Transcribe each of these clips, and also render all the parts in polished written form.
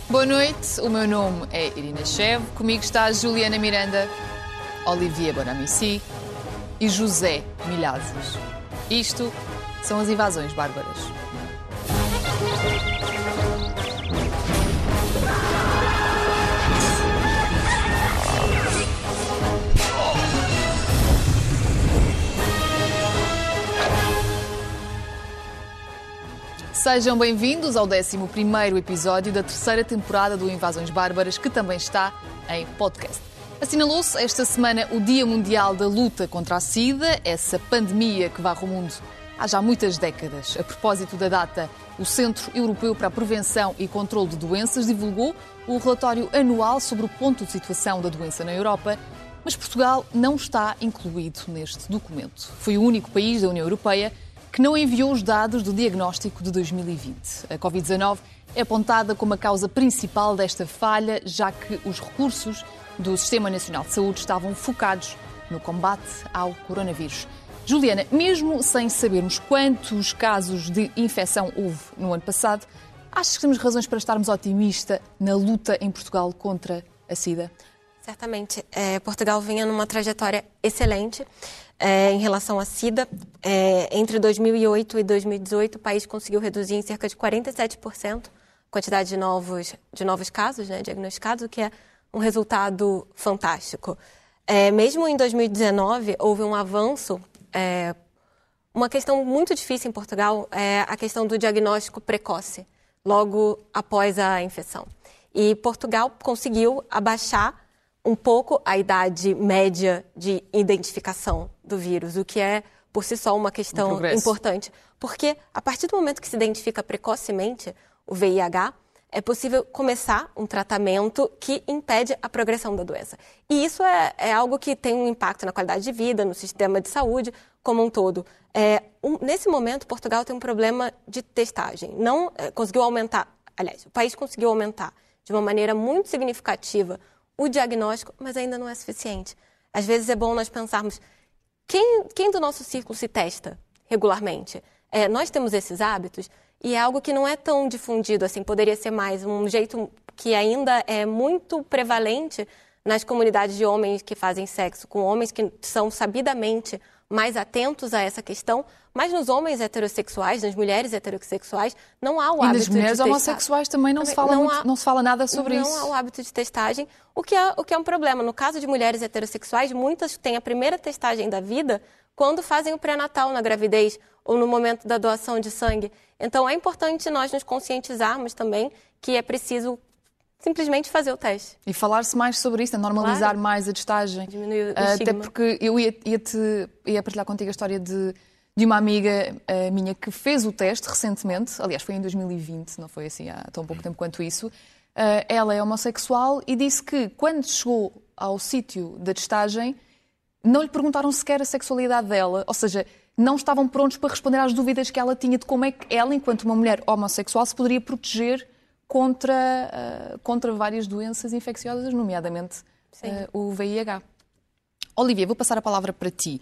Boa noite, o meu nome é Irina Chev, comigo está Juliana Miranda, Olivier Bonamici e José Milhazes. Isto são as invasões bárbaras. Sejam bem-vindos ao 11º episódio da terceira temporada do Invasões Bárbaras, que também está em podcast. Assinalou-se esta semana o Dia Mundial da Luta contra a SIDA, essa pandemia que varre o mundo há já muitas décadas. A propósito da data, o Centro Europeu para a Prevenção e Controlo de Doenças divulgou o relatório anual sobre o ponto de situação da doença na Europa, mas Portugal não está incluído neste documento. Foi o único país da União Europeia que não enviou os dados do diagnóstico de 2020. A Covid-19 é apontada como a causa principal desta falha, já que os recursos do Sistema Nacional de Saúde estavam focados no combate ao coronavírus. Juliana, mesmo sem sabermos quantos casos de infecção houve no ano passado, achas que temos razões para estarmos otimistas na luta em Portugal contra a SIDA? Certamente. Portugal vinha numa trajetória excelente em relação à SIDA. Entre 2008 e 2018, o país conseguiu reduzir em cerca de 47% a quantidade de novos casos, diagnosticados, o que é um resultado fantástico. Mesmo em 2019, houve um avanço. Uma questão muito difícil em Portugal é a questão do diagnóstico precoce, logo após a infecção. E Portugal conseguiu abaixar um pouco a idade média de identificação do vírus, o que é, por si só, uma questão importante. Porque, a partir do momento que se identifica precocemente o VIH, é possível começar um tratamento que impede a progressão da doença. E isso é algo que tem um impacto na qualidade de vida, no sistema de saúde como um todo. Nesse momento, Portugal tem um problema de testagem. Não conseguiu aumentar, aliás, o país conseguiu aumentar de uma maneira muito significativa o diagnóstico, mas ainda não é suficiente. Às vezes é bom nós pensarmos quem do nosso círculo se testa regularmente. Nós temos esses hábitos e é algo que não é tão difundido assim, poderia ser mais um jeito que ainda é muito prevalente nas comunidades de homens que fazem sexo com homens que são sabidamente mais atentos a essa questão, mas nos homens heterossexuais, nas mulheres heterossexuais, não há o hábito de testar. E nas mulheres homossexuais também não se fala nada sobre isso. Não há o hábito de testagem, o que é um problema. No caso de mulheres heterossexuais, muitas têm a primeira testagem da vida quando fazem o pré-natal na gravidez ou no momento da doação de sangue. Então, é importante nós nos conscientizarmos também que é preciso simplesmente fazer o teste. E falar-se mais sobre isso, normalizar mais a testagem. Diminuir o até estigma. Porque eu ia partilhar contigo a história de uma amiga minha que fez o teste recentemente, aliás, foi em 2020, não foi assim há tão pouco tempo quanto isso. Ela é homossexual e disse que quando chegou ao sítio da testagem não lhe perguntaram sequer a sexualidade dela, ou seja, não estavam prontos para responder às dúvidas que ela tinha de como é que ela, enquanto uma mulher homossexual, se poderia proteger contra várias doenças infecciosas, nomeadamente o VIH. Olivia, vou passar a palavra para ti.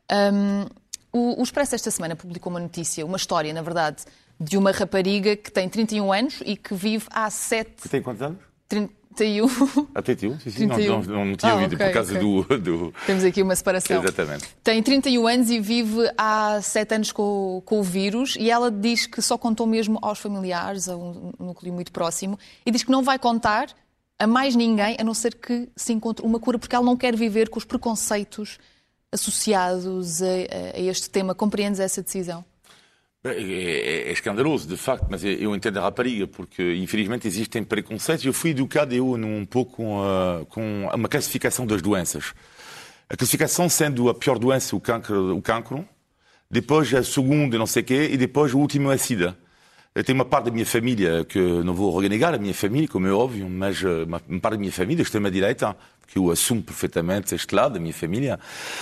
O Expresso esta semana publicou uma notícia, uma história, na verdade, de uma rapariga que tem 31 anos e que vive há 7... Que tem quantos anos? 31. Ah, 31? Sim, 31. Não tinha ouvido por causa do... Temos aqui uma separação. Exatamente. Tem 31 anos e vive há 7 anos com o vírus e ela diz que só contou mesmo aos familiares, a um núcleo muito próximo, e diz que não vai contar a mais ninguém, a não ser que se encontre uma cura, porque ela não quer viver com os preconceitos associados a este tema. Compreendes essa decisão? É escandaloso, de facto, mas eu entendo a rapariga, porque infelizmente existem preconceitos. Eu fui educado um pouco com uma classificação das doenças. A classificação sendo a pior doença o cancro, depois a segunda não sei o quê, e depois o último é a SIDA. Eu tenho uma parte da minha família, que não vou renegar a minha família, como é óbvio, mas uma parte da minha família, extrema-direita, que eu assumo perfeitamente este lado da minha família,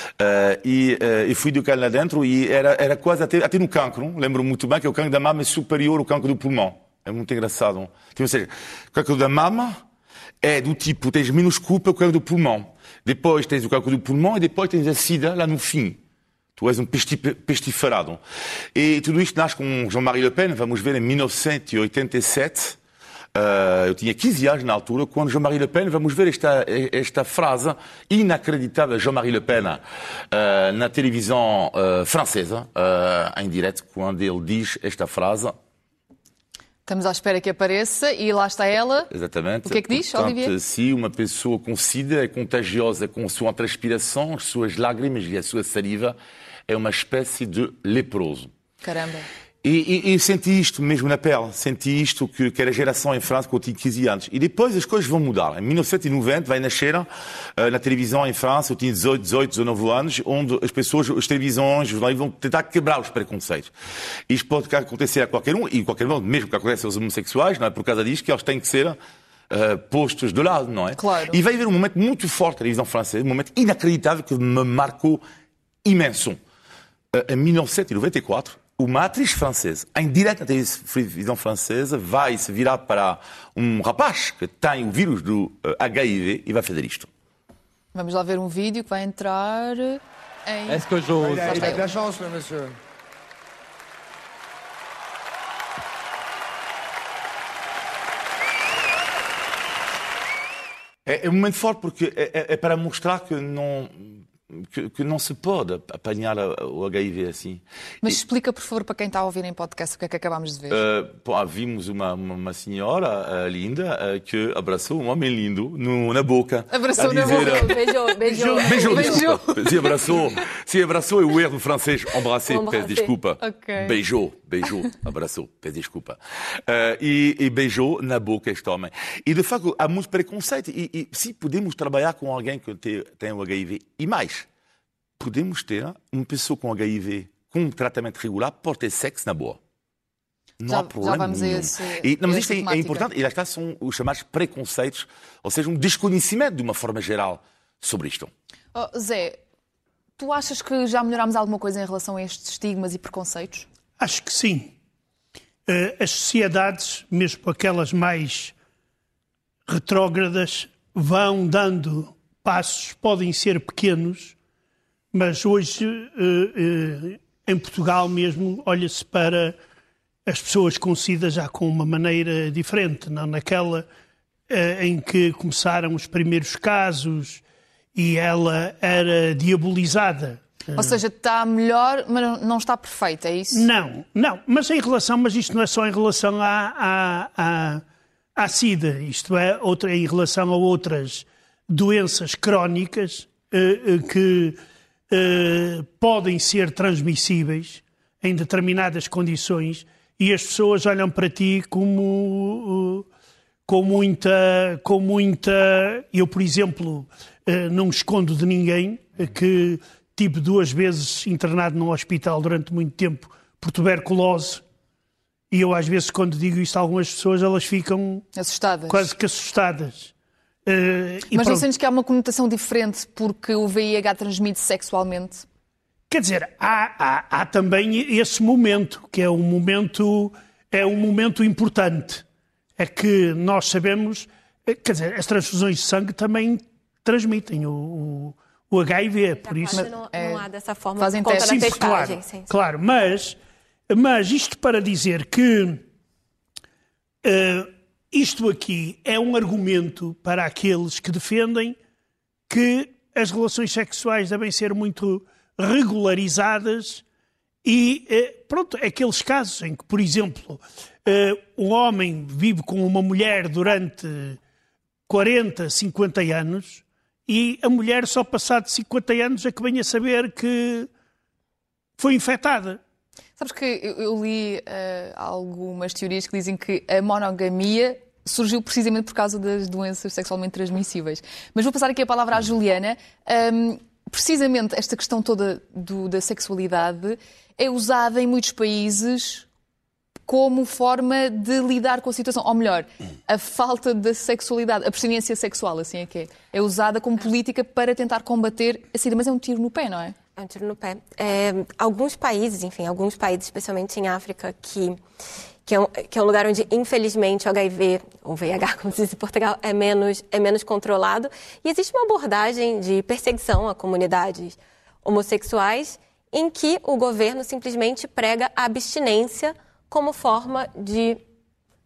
e fui educado lá dentro e era quase até no cancro. Lembro muito bem que o cancro da mama é superior ao cancro do pulmão. É muito engraçado. Então, ou seja, o cancro da mama é do tipo, tens menos culpa que o cancro do pulmão. Depois tens o cancro do pulmão e depois tens a SIDA lá no fim. Tu és um pestiferado. E tudo isto nasce com Jean-Marie Le Pen, vamos ver, em 1987, Eu tinha 15 anos na altura, quando Jean-Marie Le Pen, vamos ver esta frase inacreditável de Jean-Marie Le Pen na televisão francesa, em direto, quando ele diz esta frase. Estamos à espera que apareça e lá está ela. Exatamente. O que é que diz, Portanto, Olivier? se uma pessoa com sida é contagiosa com a sua transpiração, as suas lágrimas e a sua saliva, é uma espécie de leproso. Caramba. E senti isto mesmo na pele. Senti isto que era a geração em França quando eu tinha 15 anos. E depois as coisas vão mudar. Em 1990 vai nascer na televisão em França, eu tinha 18, 19 anos, onde as pessoas, as televisões, os jornais vão tentar quebrar os preconceitos. Isto pode acontecer a qualquer um, e a qualquer um, mesmo que acontece aos homossexuais, não é por causa disso que eles têm que ser postos de lado, não é? Claro. E vai haver um momento muito forte na televisão francesa, um momento inacreditável que me marcou imenso. Em 1994, uma atriz francesa, em direto na televisão francesa, vai se virar para um rapaz que tem o vírus do HIV e vai fazer isto. Vamos lá ver um vídeo que vai entrar em... Est-ce que j'ose? Il a de la chance, le monsieur. É um momento forte porque é para mostrar que não se pode apanhar o HIV assim. Mas explica, por favor, para quem está a ouvir em podcast, o que é que acabámos de ver. Vimos uma senhora linda que abraçou um homem lindo na boca. Abraçou a na dizer, boca. Beijou. Desculpa. Se abraçou é o erro do francês. Embrasser, peço desculpa. Ok. Beijou, abraçou, peço desculpa. E beijou na boca este homem. E de facto há muito preconceito. E se podemos trabalhar com alguém que tem o HIV e mais, podemos ter uma pessoa com HIV com um tratamento regular pode ter sexo na boa. Não há problema vamos nenhum. Mas isto é importante. E lá está, são os chamados preconceitos, ou seja, um desconhecimento de uma forma geral sobre isto. Oh, Zé, tu achas que já melhorámos alguma coisa em relação a estes estigmas e preconceitos? Acho que sim. As sociedades, mesmo aquelas mais retrógradas, vão dando passos, podem ser pequenos, mas hoje, em Portugal mesmo, olha-se para as pessoas com SIDA já com uma maneira diferente, não naquela em que começaram os primeiros casos e ela era diabolizada. Ou seja, está melhor, mas não está perfeita, é isso? Não, mas isto não é só em relação à SIDA, isto é em relação a outras doenças crónicas que podem ser transmissíveis em determinadas condições e as pessoas olham para ti com muita... Eu, por exemplo, não me escondo de ninguém que tive 2 vezes internado num hospital durante muito tempo por tuberculose e eu às vezes quando digo isto a algumas pessoas elas ficam assustadas. Quase que assustadas. Mas não sentes que há uma conotação diferente porque o VIH transmite sexualmente? Quer dizer, há também esse momento, que é um momento importante. É que nós sabemos, quer dizer, as transfusões de sangue também transmitem o HIV, por isso... Não há dessa forma fazem por conta da testes. testagem. Claro, mas isto para dizer que isto aqui é um argumento para aqueles que defendem que as relações sexuais devem ser muito regularizadas e, pronto, aqueles casos em que, por exemplo, um homem vive com uma mulher durante 40, 50 anos e a mulher só passado 50 anos é que vem a saber que foi infectada. Sabes que eu li algumas teorias que dizem que a monogamia surgiu precisamente por causa das doenças sexualmente transmissíveis. Mas vou passar aqui a palavra à Juliana. Precisamente esta questão toda da sexualidade é usada em muitos países como forma de lidar com a situação. Ou melhor, a falta de sexualidade, a abstinência sexual, assim é que é usada como política para tentar combater a SIDA. Mas é um tiro no pé, não é? É um tiro no pé. Alguns países, especialmente em África, que é um lugar onde, infelizmente, o HIV, ou VIH, como se diz em Portugal, é menos controlado. E existe uma abordagem de perseguição a comunidades homossexuais em que o governo simplesmente prega a abstinência como forma de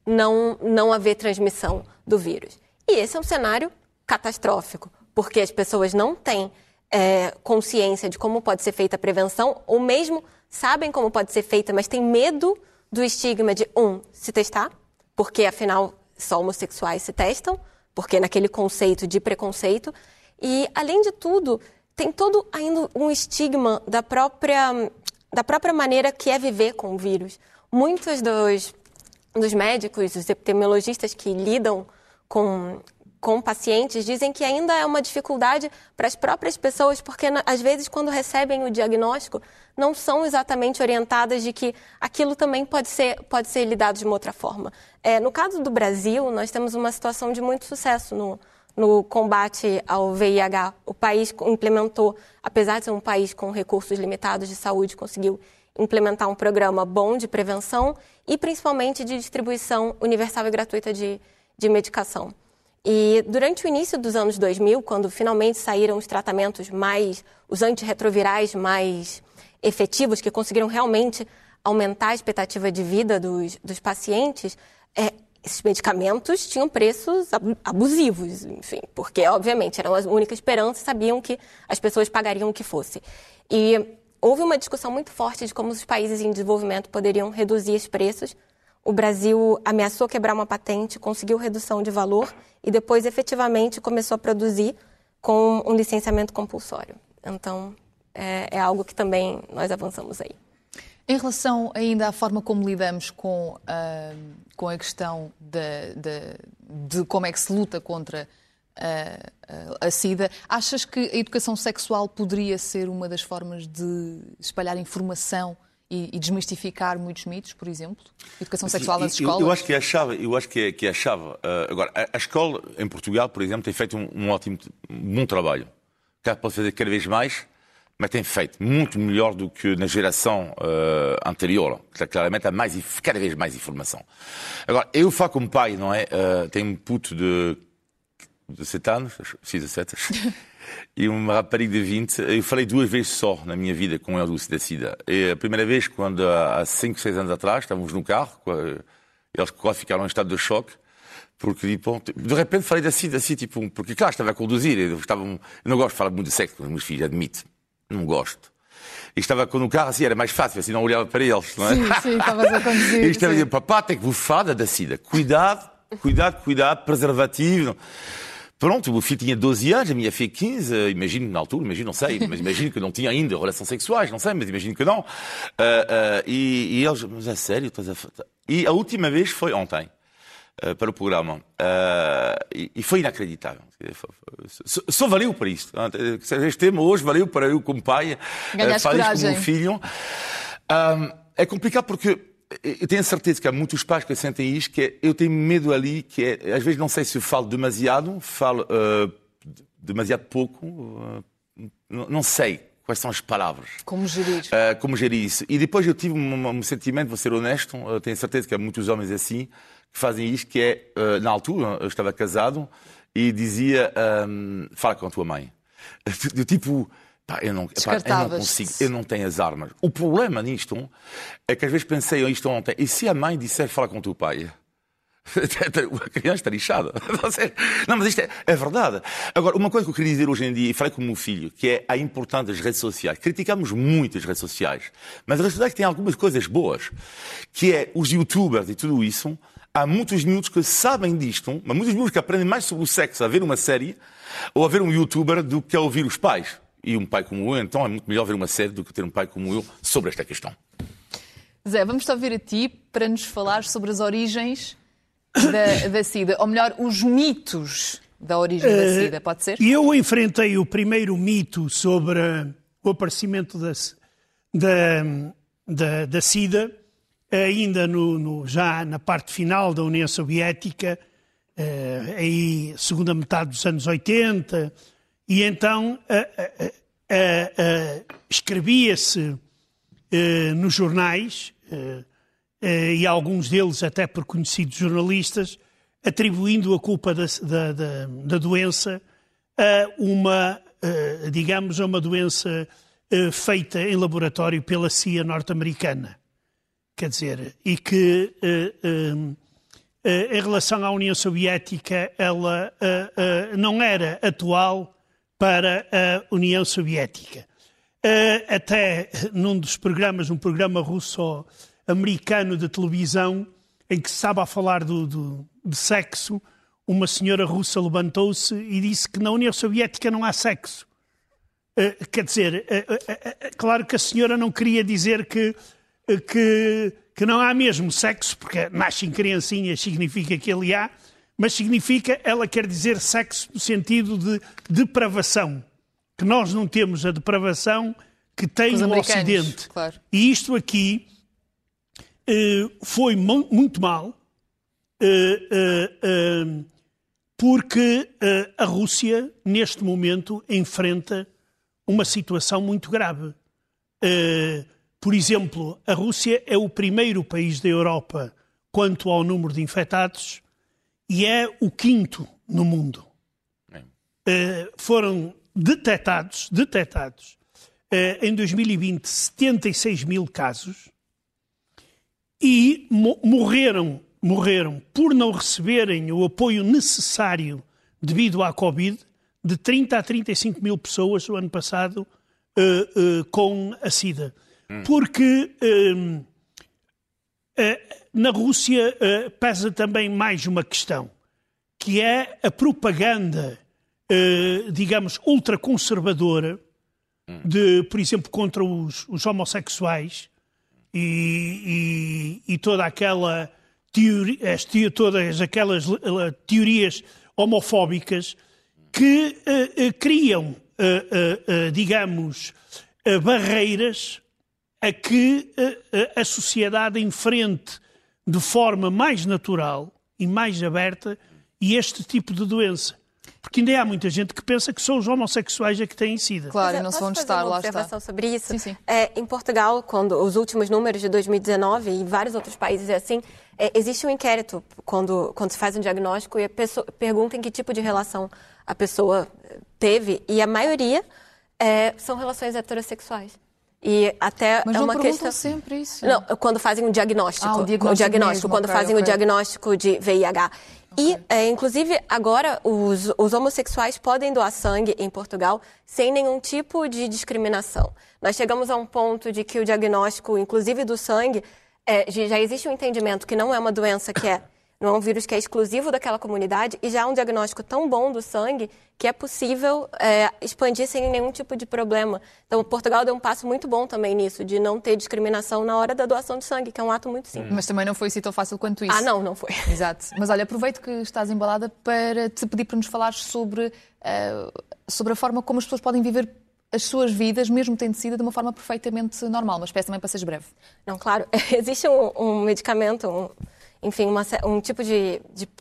não haver transmissão do vírus. E esse é um cenário catastrófico, porque as pessoas não têm consciência de como pode ser feita a prevenção, ou mesmo sabem como pode ser feita, mas têm medo do estigma de, se testar, porque afinal só homossexuais se testam, porque naquele conceito de preconceito. E, além de tudo, tem todo ainda um estigma da própria maneira que é viver com o vírus. Muitos dos médicos, dos epidemiologistas que lidam com pacientes dizem que ainda é uma dificuldade para as próprias pessoas, porque às vezes quando recebem o diagnóstico não são exatamente orientadas de que aquilo também pode ser lidado de uma outra forma. No caso do Brasil, nós temos uma situação de muito sucesso no combate ao VIH. O país implementou, apesar de ser um país com recursos limitados de saúde, conseguiu implementar um programa bom de prevenção e principalmente de distribuição universal e gratuita de medicação. E durante o início dos anos 2000, quando finalmente saíram os tratamentos os antirretrovirais mais efetivos, que conseguiram realmente aumentar a expectativa de vida dos pacientes, esses medicamentos tinham preços abusivos, enfim, porque, obviamente, eram a única esperança e sabiam que as pessoas pagariam o que fosse. E houve uma discussão muito forte de como os países em desenvolvimento poderiam reduzir os preços. O Brasil ameaçou quebrar uma patente, conseguiu redução de valor e depois, efetivamente, começou a produzir com um licenciamento compulsório. Então, é algo que também nós avançamos aí. Em relação ainda à forma como lidamos com a questão de como é que se luta contra a SIDA, achas que a educação sexual poderia ser uma das formas de espalhar informação e desmistificar muitos mitos, por exemplo? Educação sexual nas escolas? Eu acho que é a chave. Agora, a escola em Portugal, por exemplo, tem feito um ótimo, bom trabalho. Pode fazer cada vez mais, mas tem feito muito melhor do que na geração anterior. Claramente há cada vez mais informação. Agora, eu falo como pai, não é? Tenho um puto de 7 anos, 6 a 7, e uma rapariga de 20. Eu falei 2 vezes só na minha vida com ele da SIDA. E a primeira vez, quando há 5, 6 anos atrás, estávamos no carro, eles quase ficaram em estado de choque, porque de repente falei da SIDA, assim, porque claro, estava a conduzir, eu não gosto de falar muito de sexo com os meus filhos, admito. Não gosto. E estava no carro, assim, era mais fácil, assim, não olhava para eles, não é? Sim, estavas a conduzir. E estava a dizer, papá, tem que vos falar da SIDA. Cuidado, preservativo. Pronto, o meu filho tinha 12 anos, a minha filha 15, imagino na altura, não sei, mas imagino que não tinha ainda relações sexuais, não sei, mas imagino que não. E eles, mas é sério? E a última vez foi ontem. Para o programa. E foi inacreditável. Só valeu para isto. Este tema hoje valeu para eu, como pai, falar isto com o meu filho. É complicado porque eu tenho a certeza que há muitos pais que sentem isto, que eu tenho medo ali, que às vezes não sei se eu falo demasiado, falo demasiado pouco, não sei quais são as palavras. Como gerir. Como gerir isso. E depois eu tive um sentimento, vou ser honesto, tenho certeza que há muitos homens assim, que fazem isto, que é, na altura, eu estava casado, e dizia, fala com a tua mãe. Do tipo, eu não consigo, eu não tenho as armas. O problema nisto é que às vezes pensei isto ontem, e se a mãe disser, fala com o teu pai? A criança está lixada. Não, mas isto é verdade. Agora, uma coisa que eu queria dizer hoje em dia, e falei com o meu filho, que é a importância das redes sociais. Criticamos muito as redes sociais, mas as redes sociais têm algumas coisas boas, que é os youtubers e tudo isso. Há muitos miúdos que sabem disto, mas muitos miúdos que aprendem mais sobre o sexo a ver uma série ou a ver um youtuber do que a ouvir os pais. E um pai como eu, então, é muito melhor ver uma série do que ter um pai como eu sobre esta questão. Zé, vamos-te ouvir a ti para nos falar sobre as origens da SIDA, ou melhor, os mitos da origem da SIDA, pode ser? Eu enfrentei o primeiro mito sobre o aparecimento da SIDA ainda já na parte final da União Soviética, aí segunda metade dos anos 80, e então escrevia-se nos jornais, e alguns deles até por conhecidos jornalistas, atribuindo a culpa da doença a uma doença feita em laboratório pela CIA norte-americana. Quer dizer, e que em relação à União Soviética, ela não era atual para a União Soviética. Até num dos programas, um programa russo-americano de televisão, em que se estava a falar de sexo, uma senhora russa levantou-se e disse que na União Soviética não há sexo. Quer dizer, claro que a senhora não queria dizer que não há mesmo sexo, porque nascem criancinhas significa que ele há, mas ela quer dizer sexo no sentido de depravação, que nós não temos a depravação que tem o Ocidente. Claro. E isto aqui foi muito mal, porque a Rússia, neste momento, enfrenta uma situação muito grave. Por exemplo, a Rússia é o primeiro país da Europa quanto ao número de infectados e é o quinto no mundo. Foram detectados em 2020 76 mil casos e morreram por não receberem o apoio necessário devido à Covid de 30 a 35 mil pessoas o ano passado com a SIDA. Porque na Rússia pesa também mais uma questão, que é a propaganda, digamos, ultraconservadora, por exemplo, contra os homossexuais e toda aquela todas aquelas teorias homofóbicas que criam, digamos, barreiras a que a sociedade enfrente de forma mais natural e mais aberta este tipo de doença. Porque ainda há muita gente que pensa que são os homossexuais que têm SIDA. Claro, não se vão testar, lá está. Observação sobre isso? Sim. Em Portugal, quando os últimos números de 2019 e vários outros países é assim, existe um inquérito quando se faz um diagnóstico e a pessoa pergunta em que tipo de relação a pessoa teve e a maioria são relações heterossexuais. E até mas é uma não questão sempre isso. Não, quando fazem um diagnóstico. O diagnóstico quando fazem o diagnóstico de VIH. E, inclusive, agora os homossexuais podem doar sangue em Portugal sem nenhum tipo de discriminação. Nós chegamos a um ponto de que o diagnóstico, inclusive do sangue, já existe um entendimento que não é uma doença não é um vírus que é exclusivo daquela comunidade e já há um diagnóstico tão bom do sangue que é possível expandir sem nenhum tipo de problema. Então, Portugal deu um passo muito bom também nisso, de não ter discriminação na hora da doação de sangue, que é um ato muito simples. Mas também não foi assim tão fácil quanto isso. Não foi. Exato. Mas olha, aproveito que estás embalada para te pedir para nos falares sobre a forma como as pessoas podem viver as suas vidas, mesmo tendo sido de uma forma perfeitamente normal. Mas peço também para seres breve. Não, claro. Existe um medicamento, um tipo de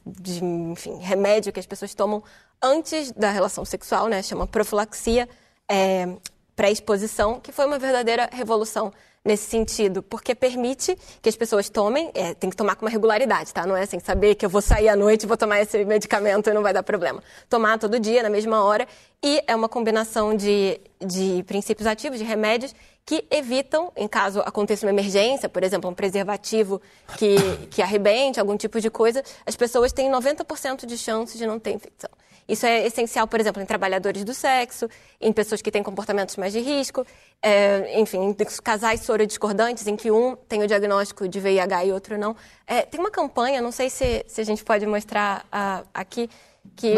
remédio que as pessoas tomam antes da relação sexual, né? Chama profilaxia pré-exposição, que foi uma verdadeira revolução nesse sentido, porque permite que as pessoas tomem, tem que tomar com uma regularidade, tá? Não é assim, saber que eu vou sair à noite e vou tomar esse medicamento e não vai dar problema. Tomar todo dia, na mesma hora, e é uma combinação de princípios ativos, de remédios, que evitam, em caso aconteça uma emergência, por exemplo, um preservativo que arrebente, algum tipo de coisa, as pessoas têm 90% de chance de não ter infecção. Isso é essencial, por exemplo, em trabalhadores do sexo, em pessoas que têm comportamentos mais de risco, em casais sorodiscordantes, em que um tem o diagnóstico de VIH e outro não. Tem uma campanha, não sei se a gente pode mostrar aqui, que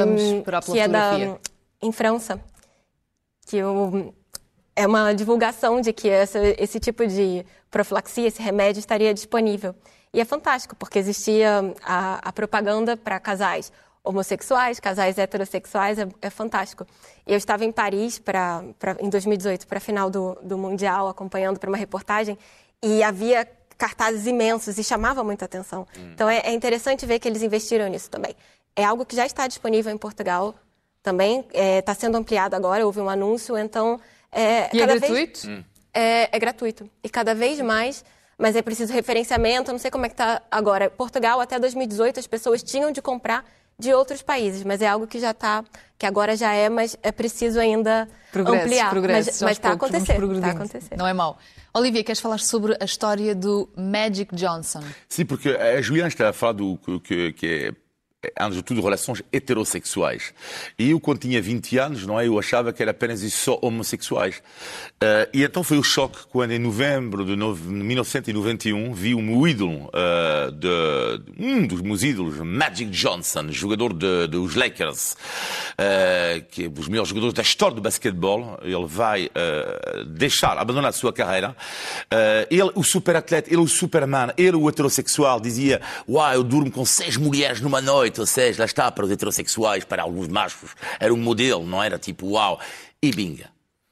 é em França, que é uma divulgação de que esse tipo de profilaxia, esse remédio estaria disponível. E é fantástico, porque existia a propaganda para casais homossexuais, casais heterossexuais, é fantástico. Eu estava em Paris em 2018, para a final do Mundial, acompanhando para uma reportagem, e havia cartazes imensos e chamava muita atenção. Então é interessante ver que eles investiram nisso também. É algo que já está disponível em Portugal também, está sendo ampliado agora, houve um anúncio, então... E é gratuito? É gratuito. E cada vez mais, mas é preciso referenciamento, eu não sei como é que está agora. Portugal, até 2018, as pessoas tinham de comprar de outros países, mas é algo que que agora já é, mas é preciso ainda ampliar. Mas está a acontecer, Não é mau. Olivia, queres falar sobre a história do Magic Johnson? Sim, porque a Juliana está a falar que é, antes de tudo, relações heterossexuais. E eu, quando tinha 20 anos, não é, eu achava que era apenas e só homossexuais. E então foi o choque quando, em novembro de 1991, vi o meu ídolo, um dos meus ídolos, Magic Johnson, jogador dos Lakers, que é um dos melhores jogadores da história do basquetebol. Ele vai abandonar a sua carreira. Ele, o superatleta, ele, o Superman, ele, o heterossexual, dizia: uau, eu durmo com 6 mulheres numa noite. Ou seja, lá está, para os heterossexuais, para alguns machos, era um modelo, não era tipo uau. E binga.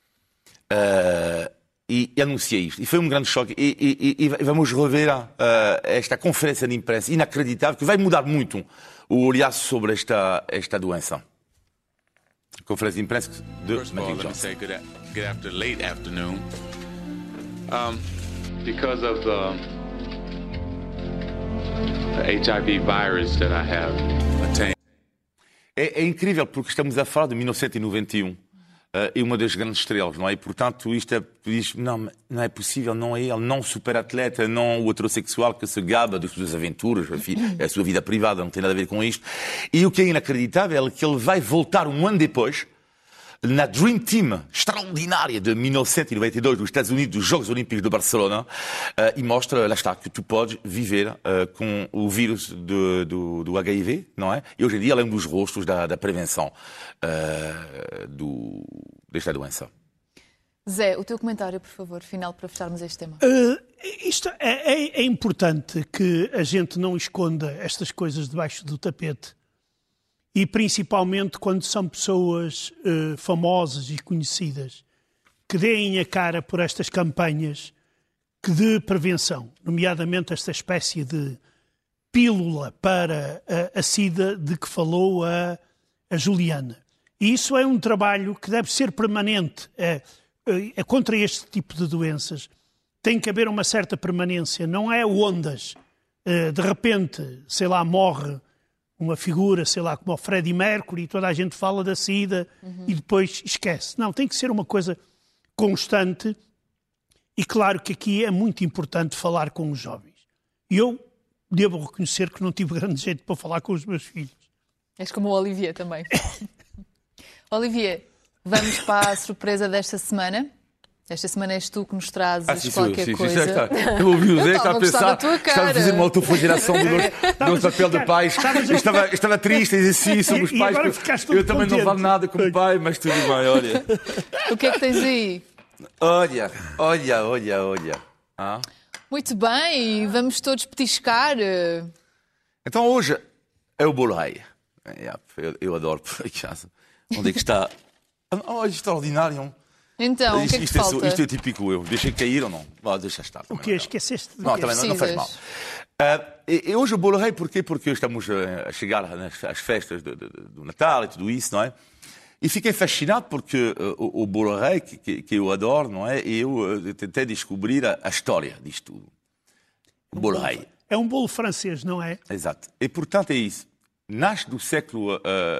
E anunciei isto. E foi um grande choque. E vamos rever esta conferência de imprensa inacreditável, que vai mudar muito o olhar sobre esta doença. Conferência de imprensa de Magic Johnson. Late afternoon. Because of the HIV virus that I have attained. É incrível, porque estamos a falar de 1991 e uma das grandes estrelas, não é? E, portanto, isto não é possível, não é ele, não o superatleta, não o heterossexual que se gaba das suas aventuras, a sua vida privada, não tem nada a ver com isto. E o que é inacreditável é que ele vai voltar um ano depois na Dream Team extraordinária de 1992 dos Estados Unidos, dos Jogos Olímpicos de Barcelona, e mostra, lá está, que tu podes viver com o vírus do HIV, não é? E hoje em dia ele é um dos rostos da prevenção desta doença. Zé, o teu comentário, por favor, final, para fecharmos este tema. Isto é importante que a gente não esconda estas coisas debaixo do tapete. E principalmente quando são pessoas famosas e conhecidas que deem a cara por estas campanhas de prevenção, nomeadamente esta espécie de pílula para a SIDA de que falou a Juliana. E isso é um trabalho que deve ser permanente. Contra este tipo de doenças tem que haver uma certa permanência, não é ondas. De repente, sei lá, morre uma figura, sei lá, como o Freddie Mercury, e toda a gente fala da SIDA e depois esquece. Não, tem que ser uma coisa constante e claro que aqui é muito importante falar com os jovens. E eu devo reconhecer que não tive grande jeito para falar com os meus filhos. És como o Olivier também. Olivier, vamos para a surpresa desta semana. Esta semana és tu que nos trazes qualquer coisa. Eu ouvi o Zé, estava a pensar, estava a fazer uma autoflagelação do nosso papel de pais. Estava triste a dizer sim, somos pais. Eu também não valo nada como pai, mas tudo bem, olha. O que é que tens aí? Olha. Muito bem, vamos todos petiscar. Então hoje é o bolo rei. Eu adoro por acaso. Onde é que está? Olha, extraordinário. Então, o que é que falta? Isto é típico eu. Deixei cair ou não? Deixa estar. O quê? Esqueceste? Não, também não faz mal. E hoje o bolo rei, porquê? Porque estamos a chegar às festas do Natal e tudo isso, não é? E fiquei fascinado porque o bolo rei, que eu adoro, não é? E eu tentei descobrir a história disto tudo. O bolo rei. É um bolo francês, não é? Exato. E, portanto, é isso. Nasce no século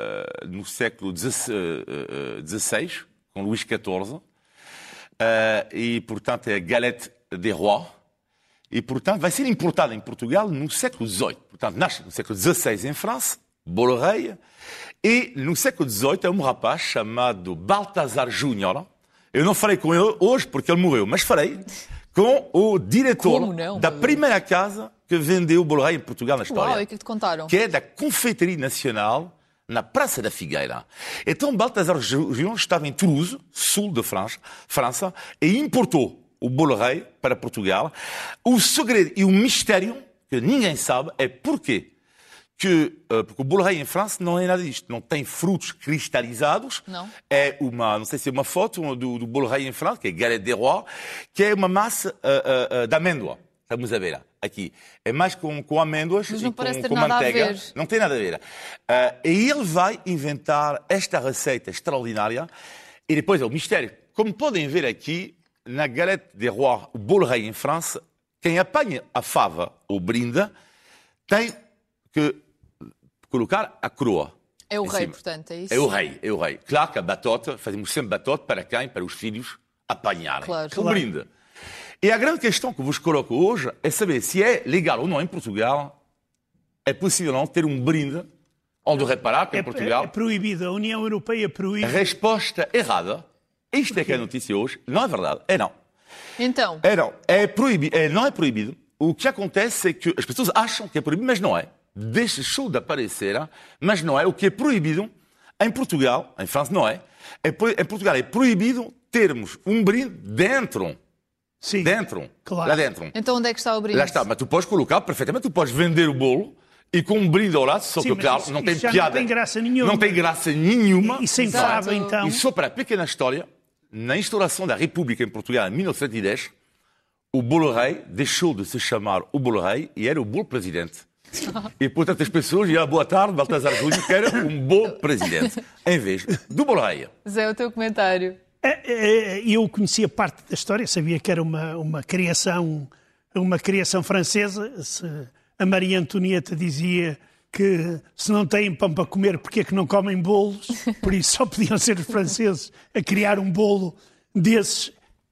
XVI, com Luís XIV, e, portanto, é a Galette des Rois, e, portanto, vai ser importada em Portugal no século XVIII. Portanto, nasce no século XVI em França, bolo rei, e no século XVIII é um rapaz chamado Balthazar Júnior. Eu não farei com ele hoje porque ele morreu, mas farei com o diretor da primeira casa que vendeu o bolo rei em Portugal na história. Uau, e o que te contaram? Que é da Confeitaria Nacional, na Praça da Figueira. Então, Balthazar Júnior estava em Toulouse, sul de França, e importou o bolo rei para Portugal. O segredo e o mistério, que ninguém sabe, é porquê. Porque o bolo rei em França não é nada disto. Não tem frutos cristalizados. Não. É uma, não sei se é uma foto do bolo rei em França, que é Galette des Rois, que é uma massa de amêndoa. Estamos a ver aqui. É mais com amêndoas e com manteiga. Não tem nada a ver. E ele vai inventar esta receita extraordinária. E depois é o mistério. Como podem ver aqui, na Galette des Rois, o bolo rei em França, quem apanha a fava ou brinda, tem que colocar a coroa. É o em rei, cima. portanto, é isso? É o rei. Claro que a batota, fazemos sempre batota para quem? Para os filhos apanharem. Claro. Um brinde. E a grande questão que vos coloco hoje é saber se é legal ou não em Portugal, é possível não ter um brinde, onde reparar que em Portugal... É proibido, a União Europeia proíbe. A resposta errada, isto é que é a notícia hoje, não é verdade, é não. Então? É não, não é proibido. O que acontece é que as pessoas acham que é proibido, mas não é. Deixou de aparecer, mas não é. O que é proibido em Portugal, em França não é. Em Portugal é proibido termos um brinde dentro. Sim, dentro. Claro. Lá dentro. Então onde é que está o brinde? Lá está, mas tu podes colocar perfeitamente, tu podes vender o bolo e com um brinde ao lado, só Sim, que, mas claro, isso não tem já piada. não tem graça nenhuma. Não tem graça nenhuma. E sem Exato. fava, então. E só para a pequena história, na instauração da República em Portugal, em 1910, o bolo rei deixou de se chamar o bolo rei e era o bolo presidente. E, portanto, as pessoas diziam, boa tarde, Baltasar Júlio, que era um bom presidente, em vez do bolo rei. Zé, o teu comentário. Eu conhecia parte da história, sabia que era uma criação francesa. A Maria Antonieta dizia que se não têm pão para comer, porque é que não comem bolos? Por isso só podiam ser os franceses a criar um bolo desses.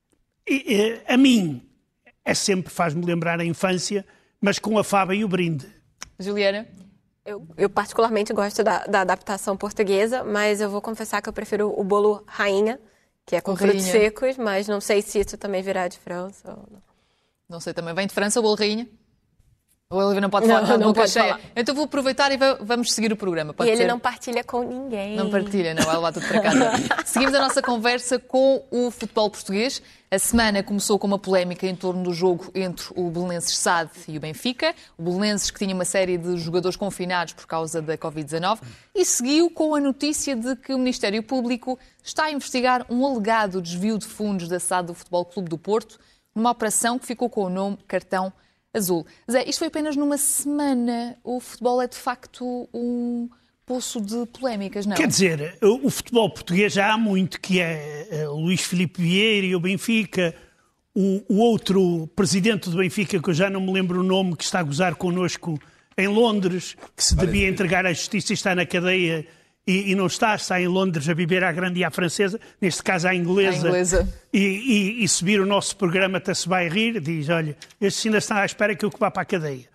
A mim, sempre faz-me lembrar a infância, mas com a fava e o brinde. Juliana? Eu particularmente gosto da adaptação portuguesa, mas eu vou confessar que eu prefiro o bolo rainha, que é com frutos secos, mas não sei se isso também virá de França ou não. Não sei também. Vem de França o bolo rainha? Ou ele não pode falar, não pode cheia. falar. Então vou aproveitar e vamos seguir o programa. Pode ele ser? não partilha com ninguém. Não partilha, não. Vai levar tudo para casa. Seguimos a nossa conversa com o futebol português. A semana começou com uma polémica em torno do jogo entre o Belenenses SAD e o Benfica. O Belenenses, que tinha uma série de jogadores confinados por causa da Covid-19, e seguiu com a notícia de que o Ministério Público está a investigar um alegado desvio de fundos da SAD do Futebol Clube do Porto, numa operação que ficou com o nome Cartão Azul. Zé, isto foi apenas numa semana. O futebol é, de facto, um poço de polémicas, não? Quer dizer, o futebol português já há muito, que é Luís Filipe Vieira e o Benfica, o outro presidente do Benfica, que eu já não me lembro o nome, que está a gozar connosco em Londres, que se devia entregar à justiça e está na cadeia e não está em Londres a viver à grande e à francesa, neste caso à inglesa. E subir o nosso programa até se vai rir, diz, olha, estes ainda estão à espera que eu vá para a cadeia.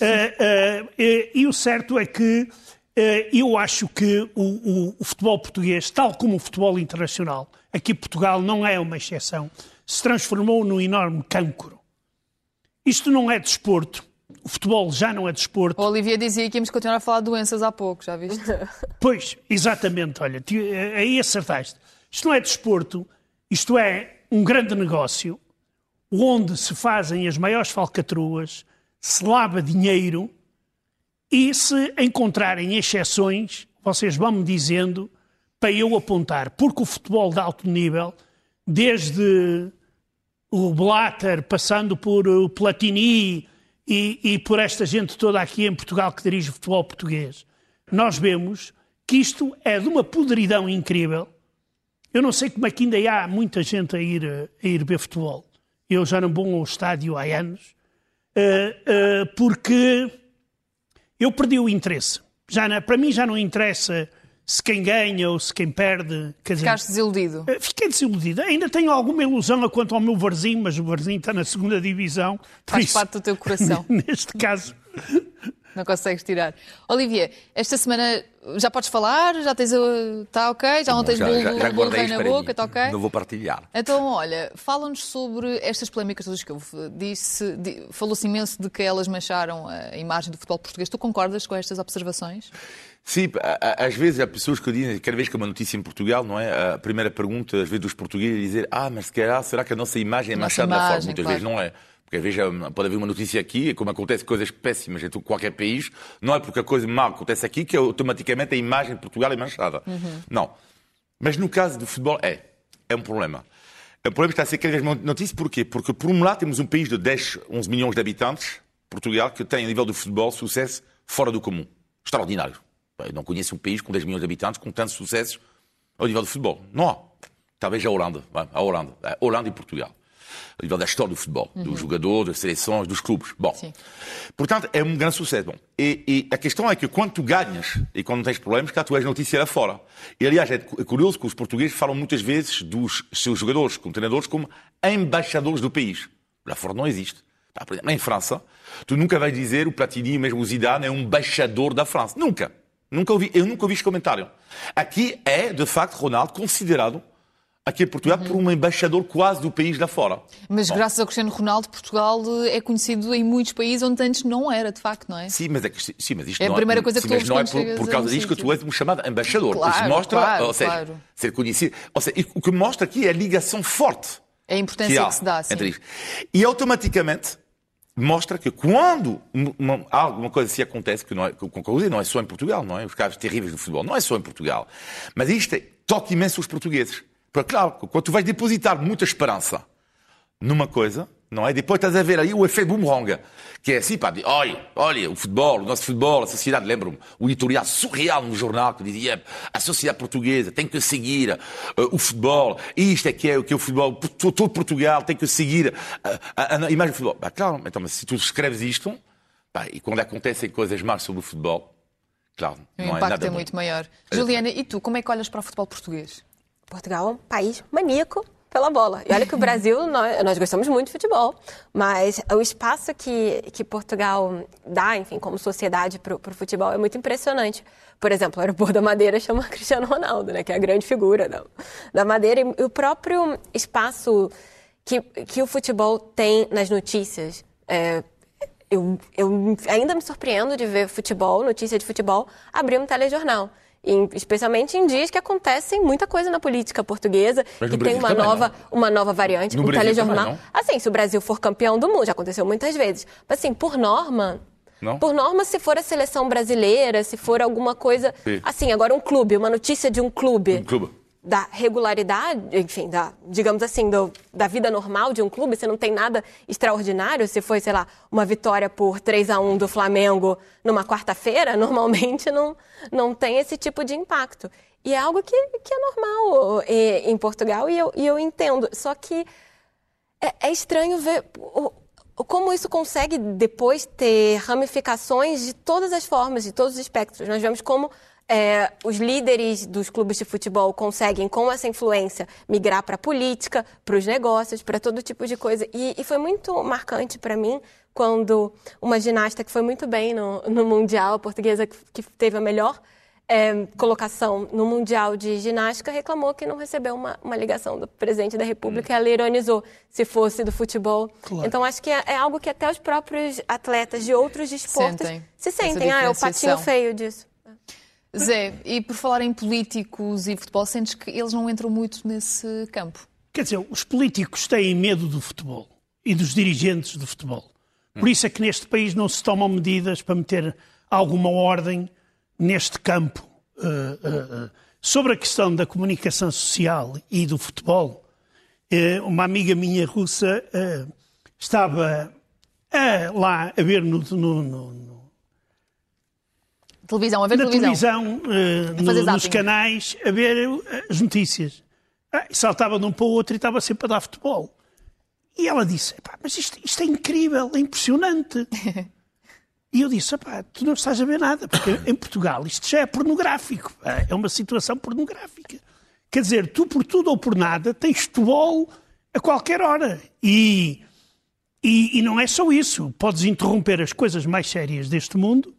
E o certo é que eu acho que o futebol português, tal como o futebol internacional, aqui Portugal não é uma exceção, se transformou num enorme cancro. Isto não é desporto. O futebol já não é desporto. O Olivia dizia que íamos continuar a falar de doenças há pouco, já viste? Pois, exatamente, olha, aí acertaste. Isto não é desporto, isto é um grande negócio onde se fazem as maiores falcatruas, se lava dinheiro e se encontrarem exceções, vocês vão-me dizendo para eu apontar, porque o futebol de alto nível, desde o Blatter, passando por o Platini e por esta gente toda aqui em Portugal que dirige o futebol português, nós vemos que isto é de uma podridão incrível. Eu não sei como é que ainda há muita gente a ir ver futebol. Eu já não vou ao estádio há anos, porque eu perdi o interesse. Para mim já não interessa se quem ganha ou se quem perde. Ficaste desiludido? Fiquei desiludido. Ainda tenho alguma ilusão quanto ao meu Varzim, mas o Varzim está na segunda divisão. Faz parte do teu coração. Neste caso. Não consegues tirar. Olivia, esta semana já podes falar? Já tens. Está ok? Já não tens bolo rei na boca? Está ok? Não vou partilhar. Então, olha, fala-nos sobre estas polémicas todas que eu disse. Falou-se imenso de que elas mancharam a imagem do futebol português. Tu concordas com estas observações? Sim, às vezes há pessoas que dizem, cada vez que há uma notícia em Portugal, não é? A primeira pergunta, às vezes, dos portugueses é dizer mas será que a nossa imagem é manchada na forma? Muitas vezes não é. Porque às vezes pode haver uma notícia aqui, como acontece coisas péssimas em qualquer país, não é porque a coisa má acontece aqui que automaticamente a imagem de Portugal é manchada. Não. Mas no caso do futebol é um problema. O problema está a ser cada vez mais notícia, porquê? Porque por um lado temos um país de 10, 11 milhões de habitantes, Portugal, que tem a nível do futebol sucesso fora do comum. Extraordinário. Eu não conheço um país com 10 milhões de habitantes com tantos sucessos ao nível do futebol. Não há. Talvez a Holanda. A Holanda e Portugal. a nível da história do futebol, dos jogadores, das seleções, dos clubes. Bom, Sim. portanto, é um grande sucesso. Bom, e a questão é que quando tu ganhas e quando não tens problemas, cá tu és notícia lá fora. E, aliás, é curioso que os portugueses falam muitas vezes dos seus jogadores, como treinadores, como embaixadores do país. Lá fora não existe. Por exemplo, em França, tu nunca vais dizer o Platini, mesmo o Zidane, é um embaixador da França. Nunca. Eu nunca ouvi este comentário. Aqui é, de facto, Ronaldo considerado, aqui em Portugal, por um embaixador quase do país lá fora. Mas graças ao Cristiano Ronaldo, Portugal é conhecido em muitos países onde antes não era, de facto, não é? Sim, mas isto É a primeira coisa que tu ouves não é quando chegas por a causa um disto que sítio. tu és um chamado embaixador. Claro, Isso mostra, claro, ou seja, claro. ser conhecido. Ou seja, o que mostra aqui é a ligação forte É a importância que se dá, sim. entre isto. E automaticamente mostra que quando alguma coisa se acontece, que não é só em Portugal, não é? Os casos terríveis do futebol, não é só em Portugal. Mas isto toca imenso os portugueses. Porque, claro, quando tu vais depositar muita esperança numa coisa, não é? Depois estás a ver aí o efeito boomerang, que é assim, pá, olha, o futebol, o nosso futebol, a sociedade, lembro-me, o editorial surreal no jornal que dizia a sociedade portuguesa tem que seguir o futebol, isto é que é o futebol, todo Portugal tem que seguir a imagem do futebol. Bah, claro, então, mas se tu escreves isto, pá, e quando acontecem coisas más sobre o futebol, claro, O não é impacto nada é bom. muito maior. Juliana, e tu, como é que olhas para o futebol português? Portugal é um país maníaco pela bola. E olha que o Brasil, nós gostamos muito de futebol, mas o espaço que Portugal dá, enfim, como sociedade para o futebol é muito impressionante. Por exemplo, o Aeroporto da Madeira chama Cristiano Ronaldo, né, que é a grande figura da Madeira. E o próprio espaço que o futebol tem nas notícias. Eu ainda me surpreendo de ver notícia de futebol, abrir um telejornal. Especialmente em dias que acontecem muita coisa na política portuguesa, que tem uma nova variante, um telejornal. Também, não? Assim, se o Brasil for campeão do mundo, já aconteceu muitas vezes. Mas assim, por norma, se for a seleção brasileira, se for alguma coisa... Sim. Assim, agora um clube, uma notícia de um clube. Da regularidade, enfim, digamos assim, da vida normal de um clube, se não tem nada extraordinário, se foi, sei lá, uma vitória por 3-1 do Flamengo numa quarta-feira, normalmente não tem esse tipo de impacto. E é algo que é normal em Portugal e eu entendo. Só que é estranho ver como isso consegue depois ter ramificações de todas as formas, de todos os espectros. Nós vemos como os líderes dos clubes de futebol conseguem, com essa influência, migrar para a política, para os negócios, para todo tipo de coisa. E foi muito marcante para mim quando uma ginasta que foi muito bem no Mundial, a portuguesa que teve a melhor colocação no Mundial de Ginástica, reclamou que não recebeu uma ligação do presidente da República e ela ironizou se fosse do futebol. Claro. Então, acho que é algo que até os próprios atletas de outros desportos se sentem. É o patinho feio disso. Zé, e por falar em políticos e futebol, sentes que eles não entram muito nesse campo? Quer dizer, os políticos têm medo do futebol e dos dirigentes do futebol. Por isso é que neste país não se tomam medidas para meter alguma ordem neste campo. Sobre a questão da comunicação social e do futebol, uma amiga minha russa estava lá a ver televisão, a ver na televisão, nos canais, a ver as notícias. Saltava de um para o outro e estava sempre a dar futebol. E ela disse, mas isto é incrível, é impressionante. E eu disse, tu não estás a ver nada, porque em Portugal isto já é pornográfico, é uma situação pornográfica. Quer dizer, tu por tudo ou por nada tens futebol a qualquer hora. E não é só isso, podes interromper as coisas mais sérias deste mundo.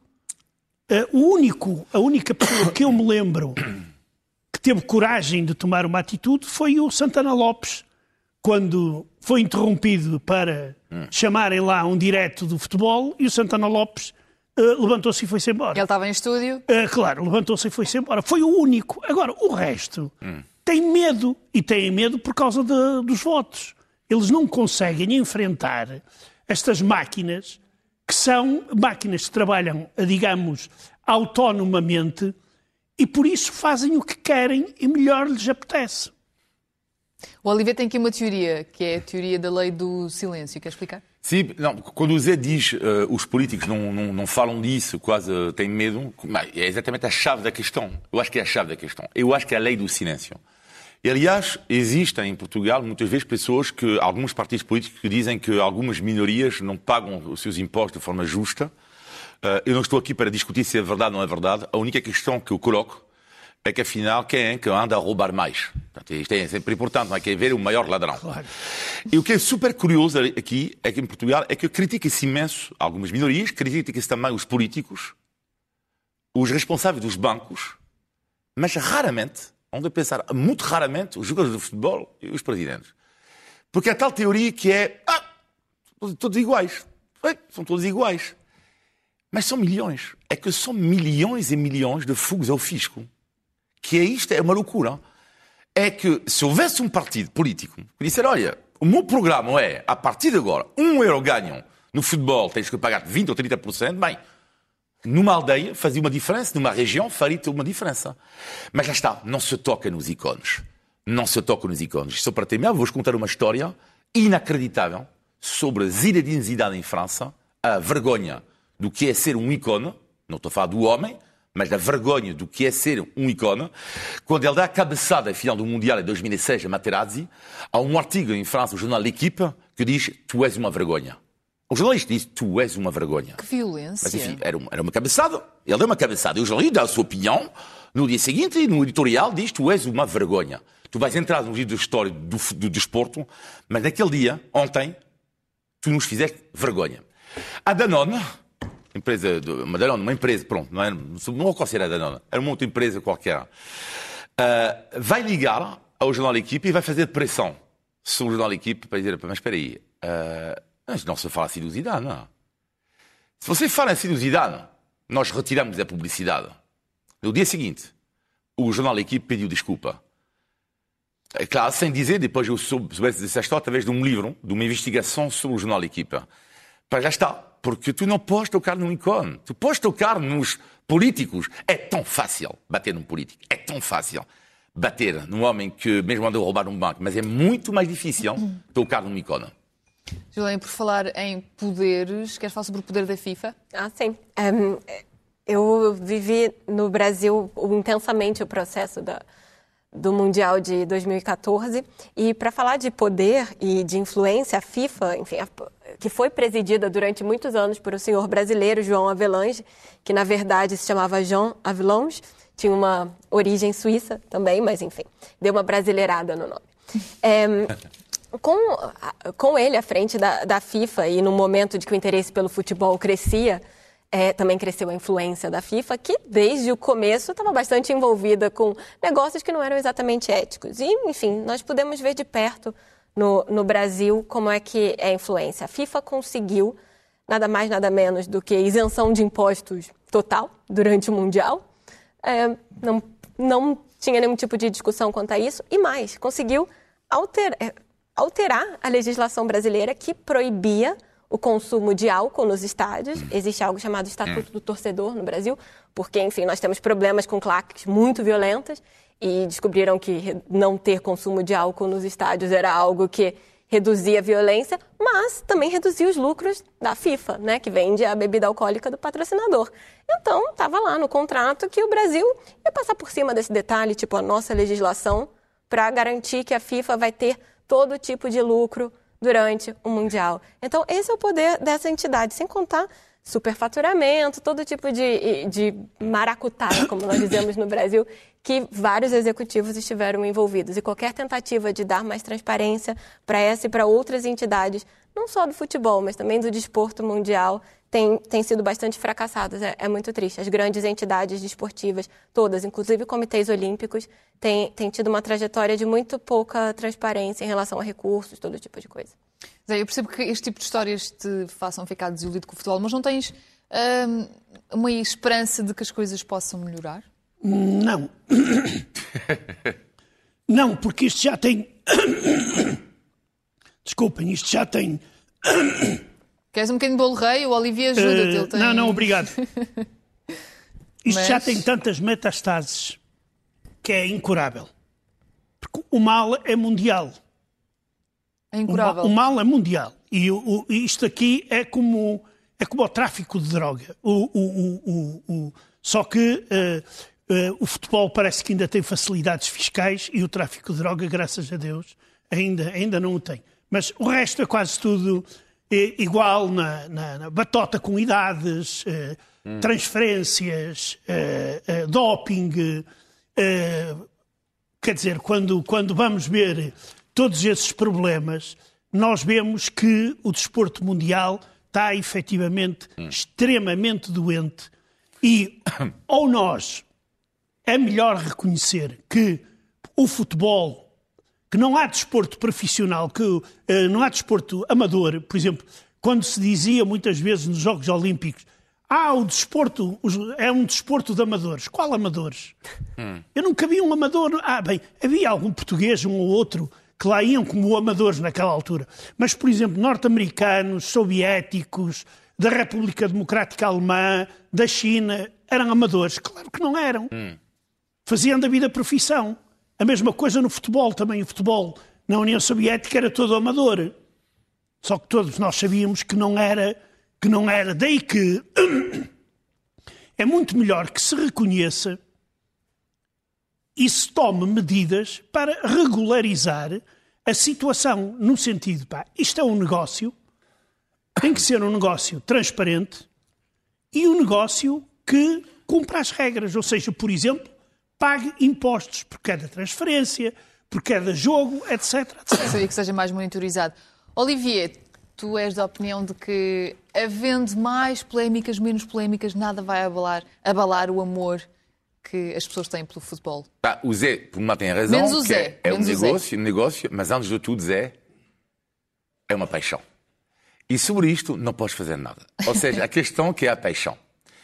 A única pessoa que eu me lembro que teve coragem de tomar uma atitude foi o Santana Lopes, quando foi interrompido para chamarem lá um direto do futebol, e o Santana Lopes levantou-se e foi-se embora. Ele estava em estúdio? Claro, levantou-se e foi-se embora. Foi o único. Agora, o resto tem medo, e têm medo por causa dos votos. Eles não conseguem enfrentar estas máquinas, que são máquinas que trabalham, digamos, autonomamente, e por isso fazem o que querem e melhor lhes apetece. O Oliveira tem aqui uma teoria, que é a teoria da lei do silêncio. Quer explicar? Sim, não, quando o Zé diz os políticos não falam disso, quase têm medo, é exatamente a chave da questão. Eu acho que é a chave da questão. Eu acho que é a lei do silêncio. E, aliás, existem em Portugal muitas vezes pessoas alguns partidos políticos que dizem que algumas minorias não pagam os seus impostos de forma justa. Eu não estou aqui para discutir se é verdade ou não é verdade. A única questão que eu coloco é que, afinal, quem é que anda a roubar mais? Portanto, isto é sempre importante, não é? Quem ver o maior ladrão. Claro. E o que é super curioso aqui é que em Portugal é que critica-se imenso algumas minorias, critica-se também os políticos, os responsáveis dos bancos, mas raramente, onde pensar, muito raramente, os jogadores de futebol e os presidentes. Porque há tal teoria que é, todos iguais. São todos iguais. Mas são milhões. É que são milhões e milhões de fugos ao fisco. Que isto é uma loucura. É que se houvesse um partido político que disser, olha, o meu programa é, a partir de agora, €1 ganham no futebol, tens que pagar 20% ou 30%, bem, numa aldeia fazia uma diferença, numa região faria uma diferença. Mas lá está, não se toca nos ícones. Não se toca nos ícones. Só para terminar, vou-vos contar uma história inacreditável sobre Zinedine Zidane em França, a vergonha do que é ser um ícone, não estou a falar do homem, mas da vergonha do que é ser um ícone, quando ele dá a cabeçada à final do Mundial em 2006 a Materazzi, há um artigo em França, o jornal L'Équipe, que diz, tu és uma vergonha. O jornalista diz, tu és uma vergonha. Que violência. Mas enfim, era uma cabeçada. Ele deu uma cabeçada. E o jornalista dá a sua opinião. No dia seguinte, no editorial, diz, tu és uma vergonha. Tu vais entrar no livro de história do desporto, mas naquele dia, ontem, tu nos fizeste vergonha. A Danone, uma empresa, pronto, não vou considerar a Danone, era uma outra empresa qualquer, vai ligar ao jornal L'Équipe e vai fazer pressão sobre o jornal L'Équipe para dizer, mas espera aí, mas não se fala assim do Zidane, não. Se você fala assim do Zidane, nós retiramos a publicidade. No dia seguinte, o jornal L'Équipe pediu desculpa. É claro, sem dizer, depois eu soube dessa história através de um livro, de uma investigação sobre o jornal L'Équipe. Para já está, porque tu não podes tocar num ícone, tu podes tocar nos políticos. É tão fácil bater num político, é tão fácil bater num homem que mesmo andou a roubar um banco, mas é muito mais difícil tocar num ícone. Juliana, por falar em poderes, queres falar sobre o poder da FIFA? Sim. Eu vivi no Brasil intensamente o processo do Mundial de 2014 e para falar de poder e de influência, a FIFA, enfim, que foi presidida durante muitos anos por um senhor brasileiro, João Avelange, que na verdade se chamava Jean Avelange, tinha uma origem suíça também, mas enfim, deu uma brasileirada no nome. Com ele à frente da FIFA e no momento de que o interesse pelo futebol crescia, também cresceu a influência da FIFA, que desde o começo estava bastante envolvida com negócios que não eram exatamente éticos. E, enfim, nós podemos ver de perto no Brasil como é que é a influência. A FIFA conseguiu nada mais, nada menos do que isenção de impostos total durante o Mundial. Não tinha nenhum tipo de discussão quanto a isso. E mais, conseguiu alterar a legislação brasileira que proibia o consumo de álcool nos estádios. Existe algo chamado Estatuto do Torcedor no Brasil, porque, enfim, nós temos problemas com claques muito violentas e descobriram que não ter consumo de álcool nos estádios era algo que reduzia a violência, mas também reduzia os lucros da FIFA, né, que vende a bebida alcoólica do patrocinador. Então, estava lá no contrato que o Brasil ia passar por cima desse detalhe, tipo a nossa legislação, para garantir que a FIFA vai ter todo tipo de lucro durante o Mundial. Então, esse é o poder dessa entidade, sem contar superfaturamento, todo tipo de maracutaia, como nós dizemos no Brasil, que vários executivos estiveram envolvidos. E qualquer tentativa de dar mais transparência para essa e para outras entidades, não só do futebol, mas também do desporto mundial, tem sido bastante fracassadas. É muito triste. As grandes entidades desportivas, todas, inclusive comitês olímpicos, têm tido uma trajetória de muito pouca transparência em relação a recursos, todo tipo de coisa. Zé, eu percebo que este tipo de histórias te façam ficar desiludido com o futebol, mas não tens uma esperança de que as coisas possam melhorar? Não. Não, porque isto já tem... Desculpem, isto já tem... Queres um bocadinho de bolo rei? O Olivier ajuda-te. Tem... Não, obrigado. Isto já tem tantas metastases que é incurável. Porque o mal é mundial. É incurável. O mal é mundial. E isto aqui é como o tráfico de droga. Só que O futebol parece que ainda tem facilidades fiscais e o tráfico de droga, graças a Deus, ainda não o tem. Mas o resto é quase tudo igual na batota com idades, transferências, doping. Quer dizer, quando vamos ver todos esses problemas, nós vemos que o desporto mundial está efetivamente extremamente doente. E ou nós é melhor reconhecer que o futebol, que não há desporto profissional, que não há desporto amador. Por exemplo, quando se dizia muitas vezes nos Jogos Olímpicos, o desporto é um desporto de amadores. Qual amadores? Eu nunca vi um amador. Havia algum português, um ou outro, que lá iam como amadores naquela altura. Mas, por exemplo, norte-americanos, soviéticos, da República Democrática Alemã, da China, eram amadores. Claro que não eram. Faziam da vida profissão. A mesma coisa no futebol também. O futebol na União Soviética era todo amador. Só que todos nós sabíamos que não era. Daí que é muito melhor que se reconheça e se tome medidas para regularizar a situação, no sentido, isto é um negócio, tem que ser um negócio transparente e um negócio que cumpra as regras. Ou seja, por exemplo, pague impostos por cada transferência, por cada jogo, etc. E que seja mais monitorizado. Olivier, tu és da opinião de que, havendo mais polémicas, menos polémicas, nada vai abalar o amor que as pessoas têm pelo futebol? O Zé, por um lado, tem razão. Menos o Zé. É um negócio, mas antes de tudo, Zé, é uma paixão. E sobre isto não podes fazer nada. Ou seja, a questão que é a paixão.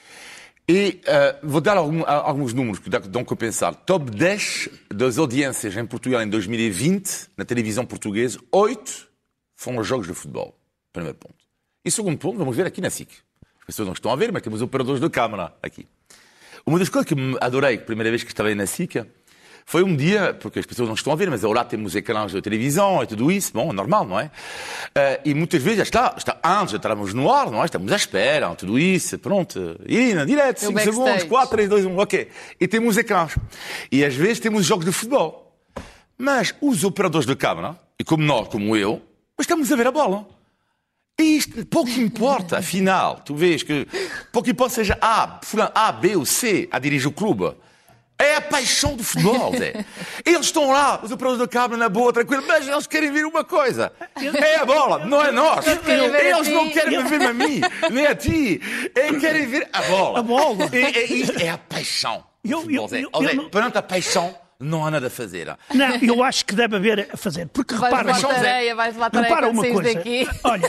E vou dar alguns números que dão que pensar. Top 10 das audiências em Portugal em 2020, na televisão portuguesa, 8 foram os jogos de futebol. Primeiro ponto. E segundo ponto, vamos ver aqui na SIC. As pessoas não estão a ver, mas temos operadores de câmara aqui. Uma das coisas que me adorei, a primeira vez que estava aí na SIC, foi um dia, porque as pessoas não estão a ver, mas agora temos ecrãs de televisão e tudo isso, bom, é normal, não é? E muitas vezes está antes, já estamos no ar, não é? Estamos à espera, tudo isso, pronto, Irina, direto, 5 segundos, 4, 3, 2, 1, ok. E temos ecrãs. E às vezes temos jogos de futebol. Mas os operadores de câmara, e como nós, como eu, estamos a ver a bola. E isto pouco importa, afinal. Tu vês que pouco importa seja A, B ou C a dirigir o clube. É a paixão do futebol, Zé. Eles estão lá, os operadores da câmara na boa, tranquilo, mas eles querem ver uma coisa. É a bola, não é nós. Eles não querem ver a mim, nem a ti. Eles querem ver a bola. A bola. É a paixão do futebol, Zé. Perante a paixão, não há nada a fazer. Não, eu acho que deve haver a fazer. Porque repara uma coisa. Daqui.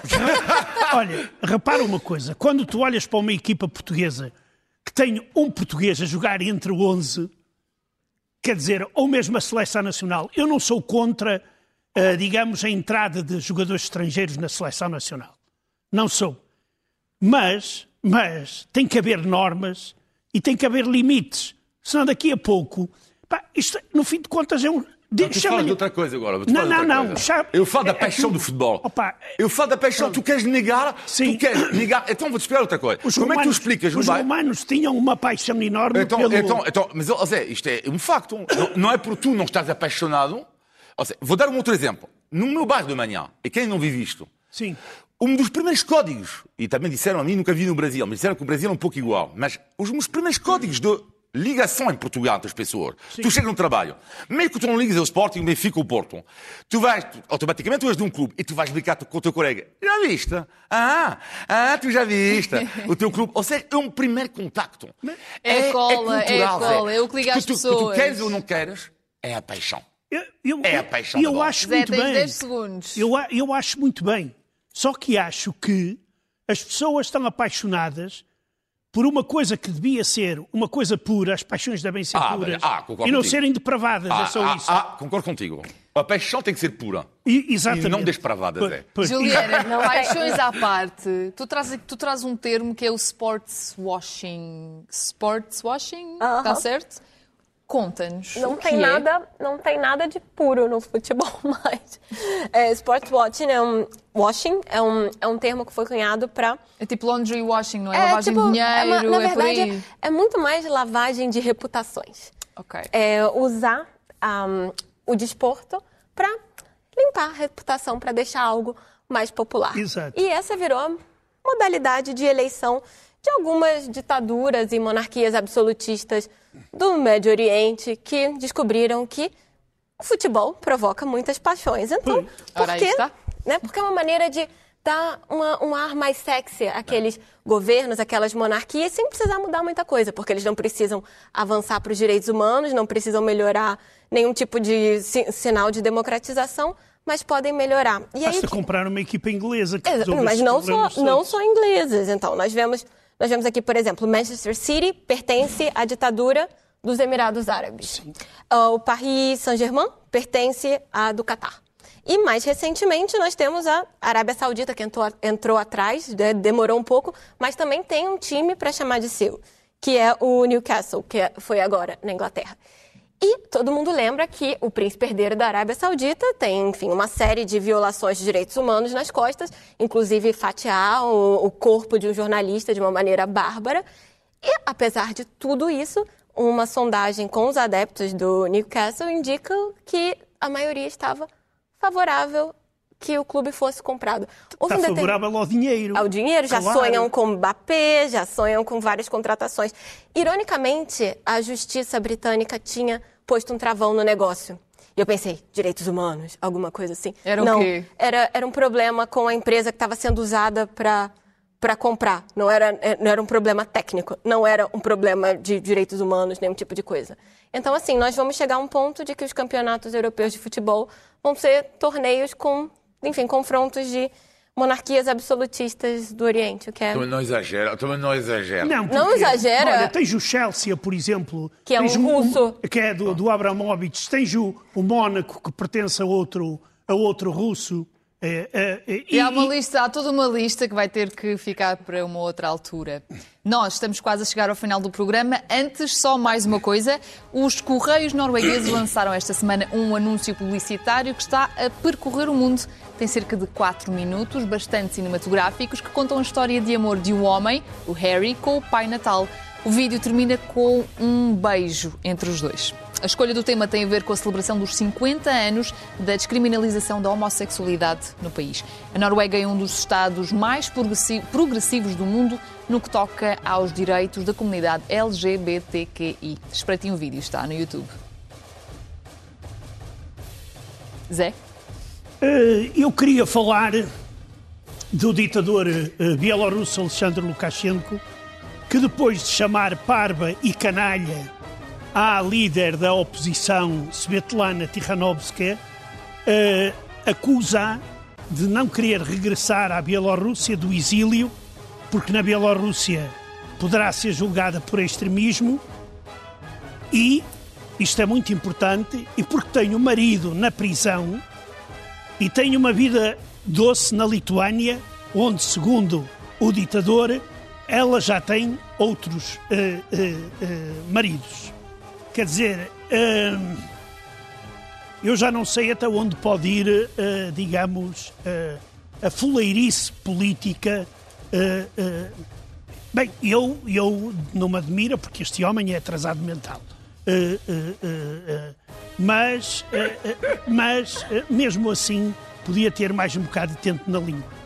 Olha, repara uma coisa. Quando tu olhas para uma equipa portuguesa que tem um português a jogar entre 11, quer dizer, ou mesmo a seleção nacional, eu não sou contra, digamos, a entrada de jogadores estrangeiros na seleção nacional. Não sou. Mas tem que haver normas e tem que haver limites. Senão daqui a pouco... isto, no fim de contas, é um... Tu falas de outra coisa agora. Não. Eu falo da paixão do futebol. Eu falo da paixão. Tu queres negar? Sim. Tu queres negar? Então vou-te explicar outra coisa. Como é que tu explicas? Os romanos tinham uma paixão enorme mas, Zé, isto é um facto. Não é por tu não estás apaixonado. Vou dar um outro exemplo. No meu bairro de manhã, e quem não vive isto? Sim. Um dos primeiros códigos, e também disseram a mim, nunca vi no Brasil, mas disseram que o Brasil é um pouco igual, mas os meus primeiros códigos de ligação em Portugal entre as pessoas. Sim. Tu chegas no trabalho, meio que tu não ligas ao Sporting, o Benfica ou o Porto. Automaticamente tu és de um clube e tu vais brincar com o teu colega. Já viste? Tu já viste o teu clube. Ou seja, é um primeiro contacto. É cola, cultural, é o que liga as pessoas. Tu queres ou não queres, é a paixão. É a paixão. Eu acho muito bem. 10 segundos. Eu acho muito bem. Só que acho que as pessoas estão apaixonadas por uma coisa que devia ser uma coisa pura, as paixões devem ser puras e não serem depravadas, é só isso. Concordo contigo. A paixão tem que ser pura. Exatamente. E não despravadas, Juliana, paixões à parte, tu trazes um termo que é o sports washing. Sports washing? Está certo? Conta-nos. Não tem nada de puro no futebol mais. Sports washing é um termo que foi cunhado para... É tipo laundry washing, não é? Lavagem de dinheiro, na verdade, por aí. é muito mais lavagem de reputações. Ok. É usar o desporto para limpar a reputação, para deixar algo mais popular. Exato. E essa virou modalidade de eleição de algumas ditaduras e monarquias absolutistas do Médio Oriente que descobriram que o futebol provoca muitas paixões. Então, porque é uma maneira de dar um ar mais sexy àqueles governos, aquelas monarquias, sem precisar mudar muita coisa, porque eles não precisam avançar para os direitos humanos, não precisam melhorar nenhum tipo de sinal de democratização, mas podem melhorar. E basta comprar uma equipa inglesa. Mas não só ingleses. Então, nós vemos aqui, por exemplo, Manchester City pertence à ditadura dos Emirados Árabes. O Paris Saint-Germain pertence à do Catar. E, mais recentemente, nós temos a Arábia Saudita, que entrou atrás, demorou um pouco, mas também tem um time para chamar de seu, que é o Newcastle, que foi agora na Inglaterra. E todo mundo lembra que o príncipe herdeiro da Arábia Saudita tem, enfim, uma série de violações de direitos humanos nas costas, inclusive fatiar o corpo de um jornalista de uma maneira bárbara. E, apesar de tudo isso, uma sondagem com os adeptos do Newcastle indica que a maioria estava favorável que o clube fosse comprado. Está favorável ao dinheiro. Ao dinheiro, já claro. Sonham com Mbappé, já sonham com várias contratações. Ironicamente, a justiça britânica tinha posto um travão no negócio. E eu pensei, direitos humanos, alguma coisa assim. Era o quê? Era um problema com a empresa que estava sendo usada para comprar. Não era um problema técnico, não era um problema de direitos humanos, nenhum tipo de coisa. Então, assim, nós vamos chegar a um ponto de que os campeonatos europeus de futebol vão ser torneios com, enfim, confrontos de monarquias absolutistas do Oriente, o que é... Também não exagera. Não exagera. Olha, tens o Chelsea, por exemplo. Que é um russo. Que é do Abramovich. Tens o Mónaco, que pertence a outro russo. Há toda uma lista que vai ter que ficar para uma outra altura. Nós estamos quase a chegar ao final do programa. Antes, só mais uma coisa. Os Correios noruegueses lançaram esta semana um anúncio publicitário que está a percorrer o mundo. Tem cerca de 4 minutos, bastante cinematográficos, que contam a história de amor de um homem, o Harry, com o Pai Natal. O vídeo termina com um beijo entre os dois. A escolha do tema tem a ver com a celebração dos 50 anos da descriminalização da homossexualidade no país. A Noruega é um dos estados mais progressivos do mundo no que toca aos direitos da comunidade LGBTQI. Espreitem o vídeo, está no YouTube. Zé? Eu queria falar do ditador bielorrusso Alexander Lukashenko, que depois de chamar parva e canalha à líder da oposição, Svetlana Tikhanovskaya, acusa de não querer regressar à Bielorrússia do exílio, porque na Bielorrússia poderá ser julgada por extremismo e, isto é muito importante, e porque tem um marido na prisão e tem uma vida doce na Lituânia, onde, segundo o ditador, ela já tem outros maridos. Quer dizer, eu já não sei até onde pode ir, digamos, a fuleirice política. Bem, eu não me admiro porque este homem é atrasado mental. Mas mesmo assim, podia ter mais um bocado de tempo na língua.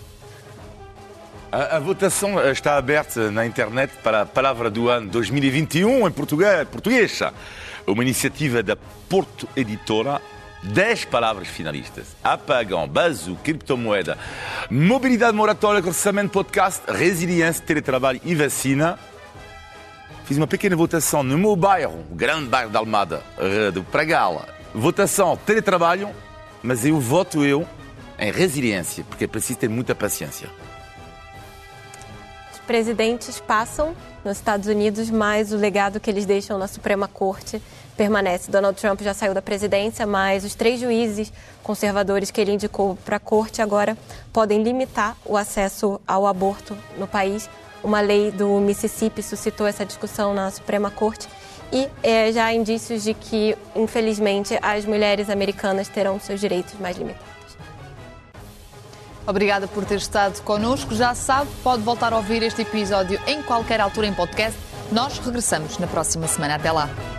A votação está aberta na internet para a palavra do ano 2021 em português. Uma iniciativa da Porto Editora. 10 palavras finalistas. Apagão, bazu, criptomoeda, mobilidade moratória, orçamento, podcast, resiliência, teletrabalho e vacina. Fiz uma pequena votação no meu bairro, o grande bairro de Almada, de Pragal. Votação, teletrabalho, mas eu voto em resiliência, porque é preciso ter muita paciência. Os presidentes passam nos Estados Unidos, mas o legado que eles deixam na Suprema Corte permanece. Donald Trump já saiu da presidência, mas os 3 juízes conservadores que ele indicou para a corte agora podem limitar o acesso ao aborto no país. Uma lei do Mississippi suscitou essa discussão na Suprema Corte e já há indícios de que, infelizmente, as mulheres americanas terão seus direitos mais limitados. Obrigada por ter estado connosco. Já sabe, pode voltar a ouvir este episódio em qualquer altura em podcast. Nós regressamos na próxima semana. Até lá.